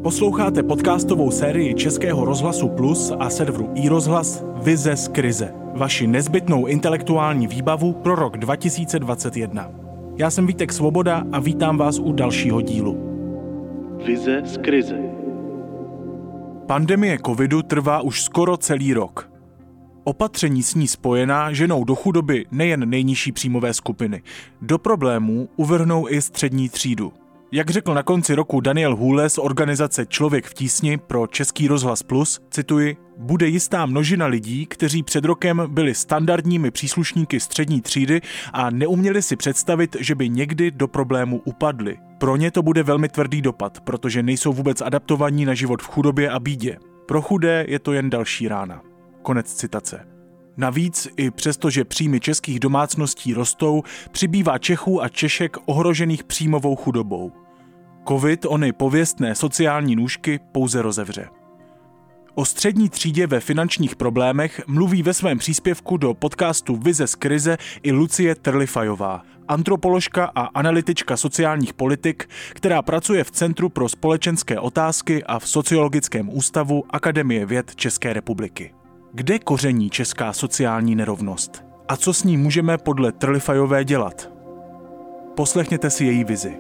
Posloucháte podcastovou sérii Českého rozhlasu Plus a serveru iRozhlas Vize z krize. Vaši nezbytnou intelektuální výbavu pro rok 2021. Já jsem Vítek Svoboda a vítám vás u dalšího dílu. Vize z krize. Pandemie covidu trvá už skoro celý rok. Opatření s ní spojená ženou do chudoby nejen nejnižší příjmové skupiny. Do problémů uvrhnou i střední třídu. Jak řekl na konci roku Daniel Hůle z organizace Člověk v tísni pro Český rozhlas Plus, cituji, bude jistá množina lidí, kteří před rokem byli standardními příslušníky střední třídy a neuměli si představit, že by někdy do problému upadli. Pro ně to bude velmi tvrdý dopad, protože nejsou vůbec adaptovaní na život v chudobě a bídě. Pro chudé je to jen další rána. Konec citace. Navíc, i přesto, že příjmy českých domácností rostou, přibývá Čechů a Češek ohrožených příjmovou chudobou. Covid ony pověstné sociální nůžky pouze rozevře. O střední třídě ve finančních problémech mluví ve svém příspěvku do podcastu Vize z krize i Lucie Trlifajová, antropoložka a analytička sociálních politik, která pracuje v Centru pro společenské otázky a v Sociologickém ústavu Akademie věd České republiky. Kde koření česká sociální nerovnost? A co s ní můžeme podle Trlifajové dělat? Poslechněte si její vizi.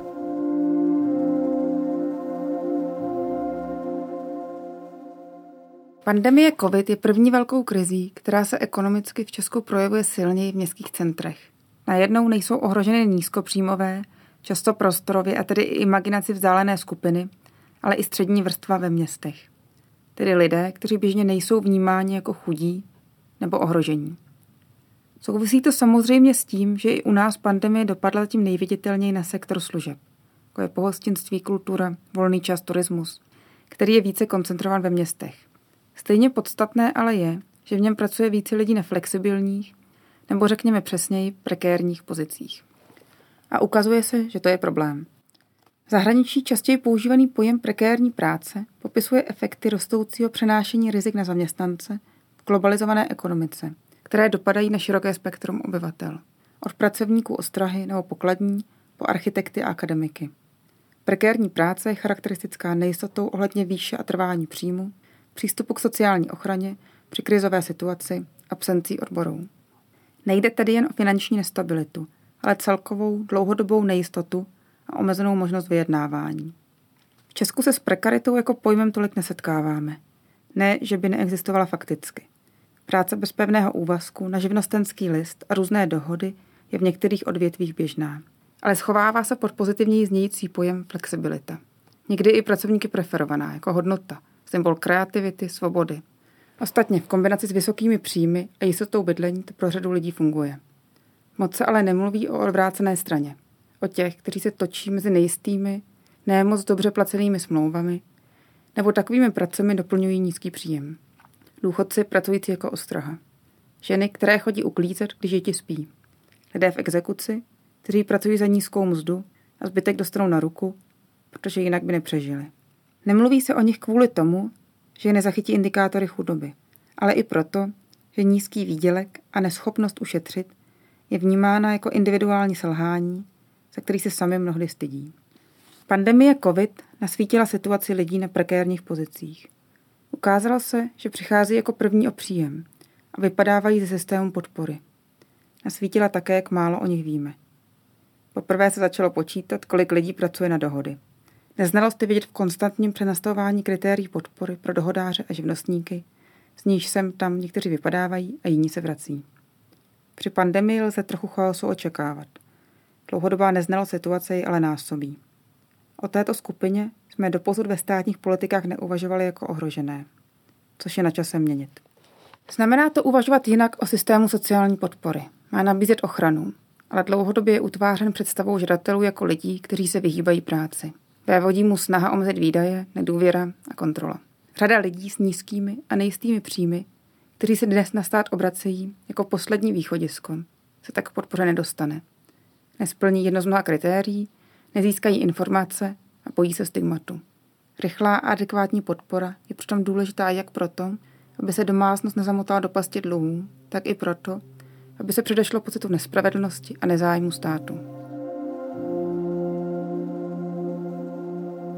Pandemie COVID je první velkou krizí, která se ekonomicky v Česku projevuje silněji v městských centrech. Najednou nejsou ohroženy nízkopříjmové, často prostorově a tedy i imaginaci vzdálené skupiny, ale i střední vrstva ve městech. Tedy lidé, kteří běžně nejsou vnímáni jako chudí nebo ohrožení. Souvisí to samozřejmě s tím, že i u nás pandemie dopadla tím nejviditelněji na sektor služeb, jako je pohostinství, kultura, volný čas, turismus, který je více koncentrován ve městech. Stejně podstatné ale je, že v něm pracuje více lidí na flexibilních, nebo řekněme přesněji prekérních pozicích. A ukazuje se, že to je problém. V zahraničí častěji používaný pojem prekérní práce popisuje efekty rostoucího přenášení rizik na zaměstnance v globalizované ekonomice, které dopadají na široké spektrum obyvatel. Od pracovníků ostrahy nebo pokladní po architekty a akademiky. Prekérní práce je charakteristická nejistotou ohledně výše a trvání příjmu, přístupu k sociální ochraně při krizové situaci, absencí odborů. Nejde tedy jen o finanční nestabilitu, ale celkovou dlouhodobou nejistotu a omezenou možnost vyjednávání. V Česku se s prekaritou jako pojmem tolik nesetkáváme. Ne, že by neexistovala fakticky. Práce bez pevného úvazku na živnostenský list a různé dohody je v některých odvětvích běžná. Ale schovává se pod pozitivněji znějící pojem flexibilita. Někdy i pracovníky preferovaná jako hodnota, symbol kreativity, svobody. Ostatně v kombinaci s vysokými příjmy a jistotou bydlení to pro řadu lidí funguje. Moc se ale nemluví o odvrácené straně. O těch, kteří se točí mezi nejistými, ne moc dobře placenými smlouvami, nebo takovými pracemi doplňují nízký příjem. Důchodci pracující jako ostraha. Ženy, které chodí uklízet, když děti spí. Lidé v exekuci, kteří pracují za nízkou mzdu a zbytek dostanou na ruku, protože jinak by nepřežili. Nemluví se o nich kvůli tomu, že je nezachytí indikátory chudoby, ale i proto, že nízký výdělek a neschopnost ušetřit je vnímána jako individuální selhání, za který se sami mnohdy stydí. Pandemie COVID nasvítila situaci lidí na prekérních pozicích. Ukázalo se, že přichází jako první o příjem a vypadávají ze systému podpory. Nasvítila také, jak málo o nich víme. Poprvé se začalo počítat, kolik lidí pracuje na dohody. Neznalost je vidět v konstantním přenastavování kritérií podpory pro dohodáře a živnostníky, z níž sem tam někteří vypadávají a jiní se vrací. Při pandemii lze trochu chaosu očekávat. Dlouhodobá neznalost situace ji ale násobí. O této skupině jsme doposud ve státních politikách neuvažovali jako ohrožené, což je na čase měnit. Znamená to uvažovat jinak o systému sociální podpory. Má nabízet ochranu, ale dlouhodobě je utvářen představou žadatelů jako lidí, kteří se vyhýbají práci. Vévodí mu snaha omezit výdaje, nedůvěra a kontrola. Řada lidí s nízkými a nejistými příjmy, kteří se dnes na stát obracejí jako poslední východisko, se tak k podpoře nedostane. Nesplní jedno z mnoha kritérií, nezískají informace a bojí se stigmatu. Rychlá a adekvátní podpora je přitom důležitá jak proto, aby se domácnost nezamotala do pasti dluhů, tak i proto, aby se předešlo pocitu nespravedlnosti a nezájmu státu.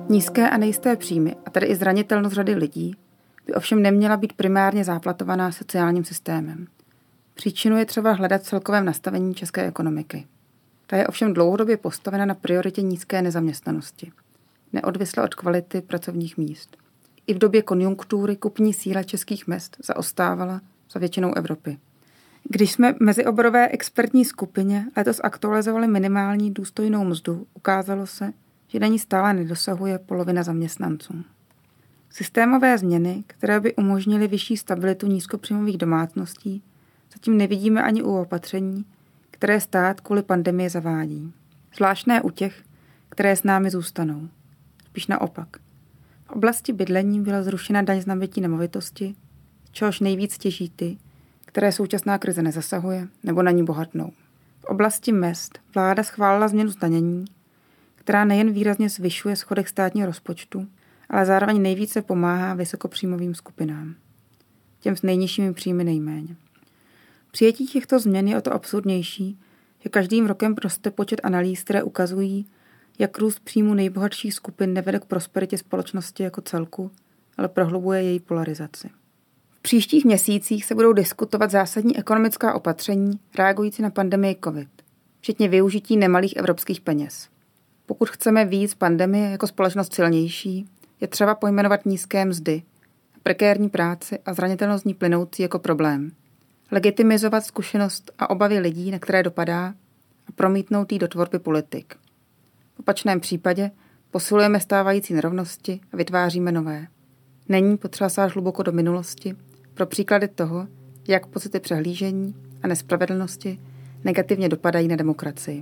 Nízké a nejisté příjmy, a tedy i zranitelnost řady lidí, by ovšem neměla být primárně záplatovaná sociálním systémem. Příčinu je třeba hledat v celkovém nastavení české ekonomiky. Ta je ovšem dlouhodobě postavena na prioritě nízké nezaměstnanosti, neodvisle od kvality pracovních míst. I v době konjunktury kupní síla českých mezd zaostávala za většinou Evropy. Když jsme mezioborové expertní skupině letos aktualizovali minimální důstojnou mzdu, ukázalo se, že na ní stále nedosahuje polovina zaměstnanců. Systémové změny, které by umožnily vyšší stabilitu nízkopříjmových domácností, zatím nevidíme ani u opatření, které stát kvůli pandemii zavádí. Zvláštné u těch, které s námi zůstanou. Spíš naopak. V oblasti bydlení byla zrušena daň z nabytí nemovitosti, z čehož nejvíc těží ty, které současná krize nezasahuje nebo na ní bohatnou. V oblasti mezd vláda schválila změnu zdanění, která nejen výrazně zvyšuje schodek státního rozpočtu, ale zároveň nejvíce pomáhá vysokopříjmovým skupinám. Těm s nejnižšími příjmy nejméně. Přijetí těchto změn je o to absurdnější, že každým rokem roste počet analýz, které ukazují, jak růst příjmu nejbohatších skupin nevede k prosperitě společnosti jako celku, ale prohlubuje její polarizaci. V příštích měsících se budou diskutovat zásadní ekonomická opatření reagující na pandemii COVID, včetně využití nemalých evropských peněz. Pokud chceme vyjít z pandemie jako společnost silnější, je třeba pojmenovat nízké mzdy, prekérní práci a zranitelnost ní plynoucí jako problém. Legitimizovat zkušenost a obavy lidí, na které dopadá, a promítnout ji do tvorby politik. V opačném případě posilujeme stávající nerovnosti a vytváříme nové. Není potřeba sáhnout hluboko do minulosti pro příklady toho, jak pocity přehlížení a nespravedlnosti negativně dopadají na demokracii.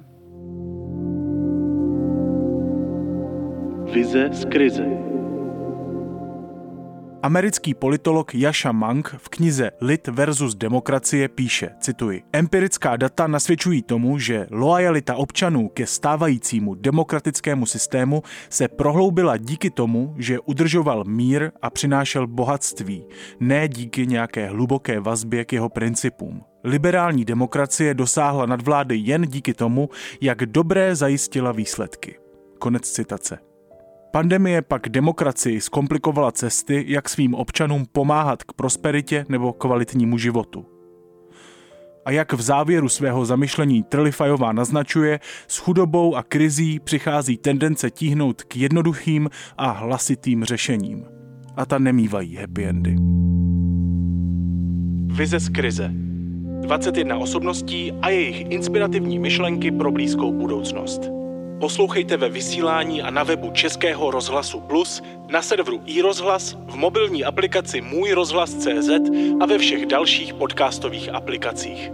Vize z krize. Americký politolog Yascha Mounk v knize Lid versus demokracie píše, cituji, empirická data nasvědčují tomu, že loajalita občanů ke stávajícímu demokratickému systému se prohloubila díky tomu, že udržoval mír a přinášel bohatství, ne díky nějaké hluboké vazbě k jeho principům. Liberální demokracie dosáhla nadvlády jen díky tomu, jak dobré zajistila výsledky. Konec citace. Pandemie pak demokracii zkomplikovala cesty, jak svým občanům pomáhat k prosperitě nebo kvalitnímu životu. A jak v závěru svého zamyšlení Trlifajová naznačuje, s chudobou a krizí přichází tendence tíhnout k jednoduchým a hlasitým řešením. A ta nemívají happy endy. Vize z krize. 21 osobností a jejich inspirativní myšlenky pro blízkou budoucnost. Poslouchejte ve vysílání a na webu Českého rozhlasu Plus, na serveru iRozhlas, v mobilní aplikaci Můj rozhlas.cz a ve všech dalších podcastových aplikacích.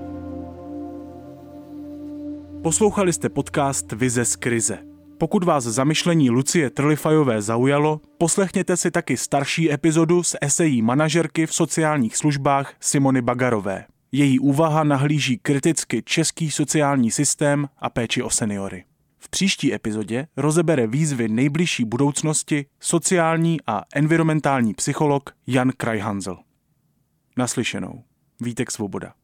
Poslouchali jste podcast Vize z krize. Pokud vás zamyšlení Lucie Trlifajové zaujalo, poslechněte si taky starší epizodu s esejí manažerky v sociálních službách Simony Bagarové. Její úvaha nahlíží kriticky český sociální systém a péči o seniory. V příští epizodě rozebere výzvy nejbližší budoucnosti sociální a environmentální psycholog Jan Krajhanzl. Naslyšenou. Vítek Svoboda.